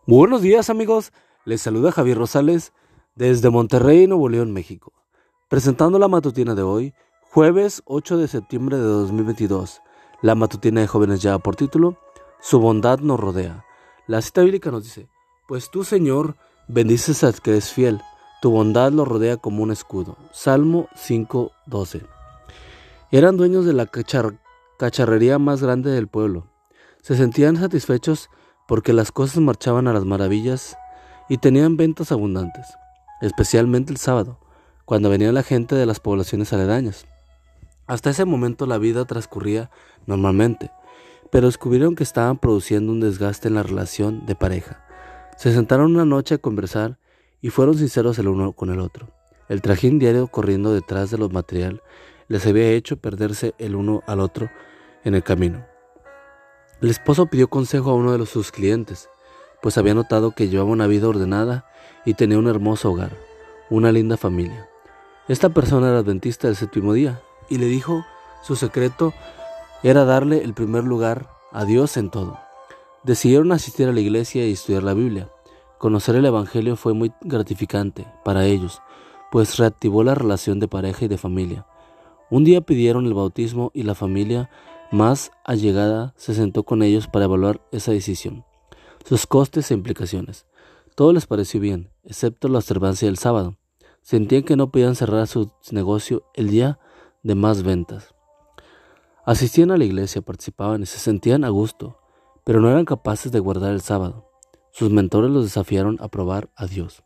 Buenos días amigos, les saluda Javier Rosales desde Monterrey, Nuevo León, México, presentando la matutina de hoy, jueves 8 de septiembre de 2022. La matutina de jóvenes lleva por título, Su bondad nos rodea. La cita bíblica nos dice, pues tú Señor, bendices al que es fiel, tu bondad lo rodea como un escudo. Salmo 5:12. Eran dueños de la cacharrería más grande del pueblo. Se sentían satisfechos porque las cosas marchaban a las maravillas y tenían ventas abundantes, especialmente el sábado, cuando venía la gente de las poblaciones aledañas. Hasta ese momento la vida transcurría normalmente, pero descubrieron que estaban produciendo un desgaste en la relación de pareja. Se sentaron una noche a conversar y fueron sinceros el uno con el otro. El trajín diario corriendo detrás de lo material les había hecho perderse el uno al otro en el camino. El esposo pidió consejo a uno de sus clientes, pues había notado que llevaba una vida ordenada y tenía un hermoso hogar, una linda familia. Esta persona era adventista del séptimo día y le dijo su secreto era darle el primer lugar a Dios en todo. Decidieron asistir a la iglesia y estudiar la Biblia. Conocer el Evangelio fue muy gratificante para ellos, pues reactivó la relación de pareja y de familia. Un día pidieron el bautismo y la familia más allegada se sentó con ellos para evaluar esa decisión, sus costes e implicaciones. Todo les pareció bien, excepto la observancia del sábado. Sentían que no podían cerrar su negocio el día de más ventas. Asistían a la iglesia, participaban y se sentían a gusto, pero no eran capaces de guardar el sábado. Sus mentores los desafiaron a probar a Dios.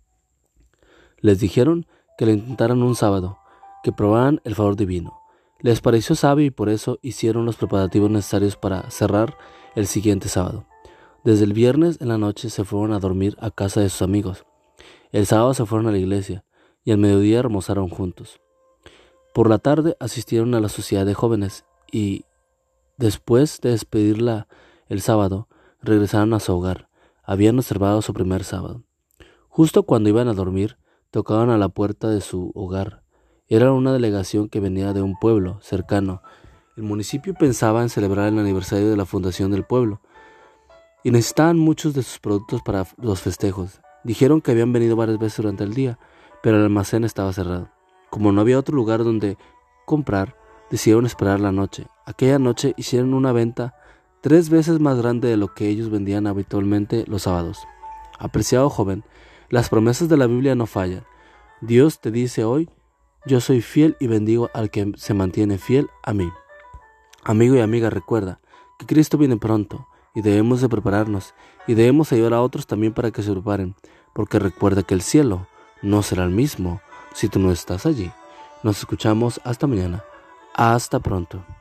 Les dijeron que lo intentaran un sábado, que probaran el favor divino. Les pareció sabio y por eso hicieron los preparativos necesarios para cerrar el siguiente sábado. Desde el viernes en la noche se fueron a dormir a casa de sus amigos. El sábado se fueron a la iglesia y al mediodía almorzaron juntos. Por la tarde asistieron a la sociedad de jóvenes y, después de despedirla el sábado, regresaron a su hogar. Habían observado su primer sábado. Justo cuando iban a dormir, tocaban a la puerta de su hogar. Era una delegación que venía de un pueblo cercano. El municipio pensaba en celebrar el aniversario de la fundación del pueblo y necesitaban muchos de sus productos para los festejos. Dijeron que habían venido varias veces durante el día, pero el almacén estaba cerrado. Como no había otro lugar donde comprar, decidieron esperar la noche. Aquella noche hicieron una venta 3 veces más grande de lo que ellos vendían habitualmente los sábados. Apreciado joven, las promesas de la Biblia no fallan. Dios te dice hoy, yo soy fiel y bendigo al que se mantiene fiel a mí. Amigo y amiga, recuerda que Cristo viene pronto y debemos de prepararnos y debemos ayudar a otros también para que se preparen, porque recuerda que el cielo no será el mismo si tú no estás allí. Nos escuchamos hasta mañana. Hasta pronto.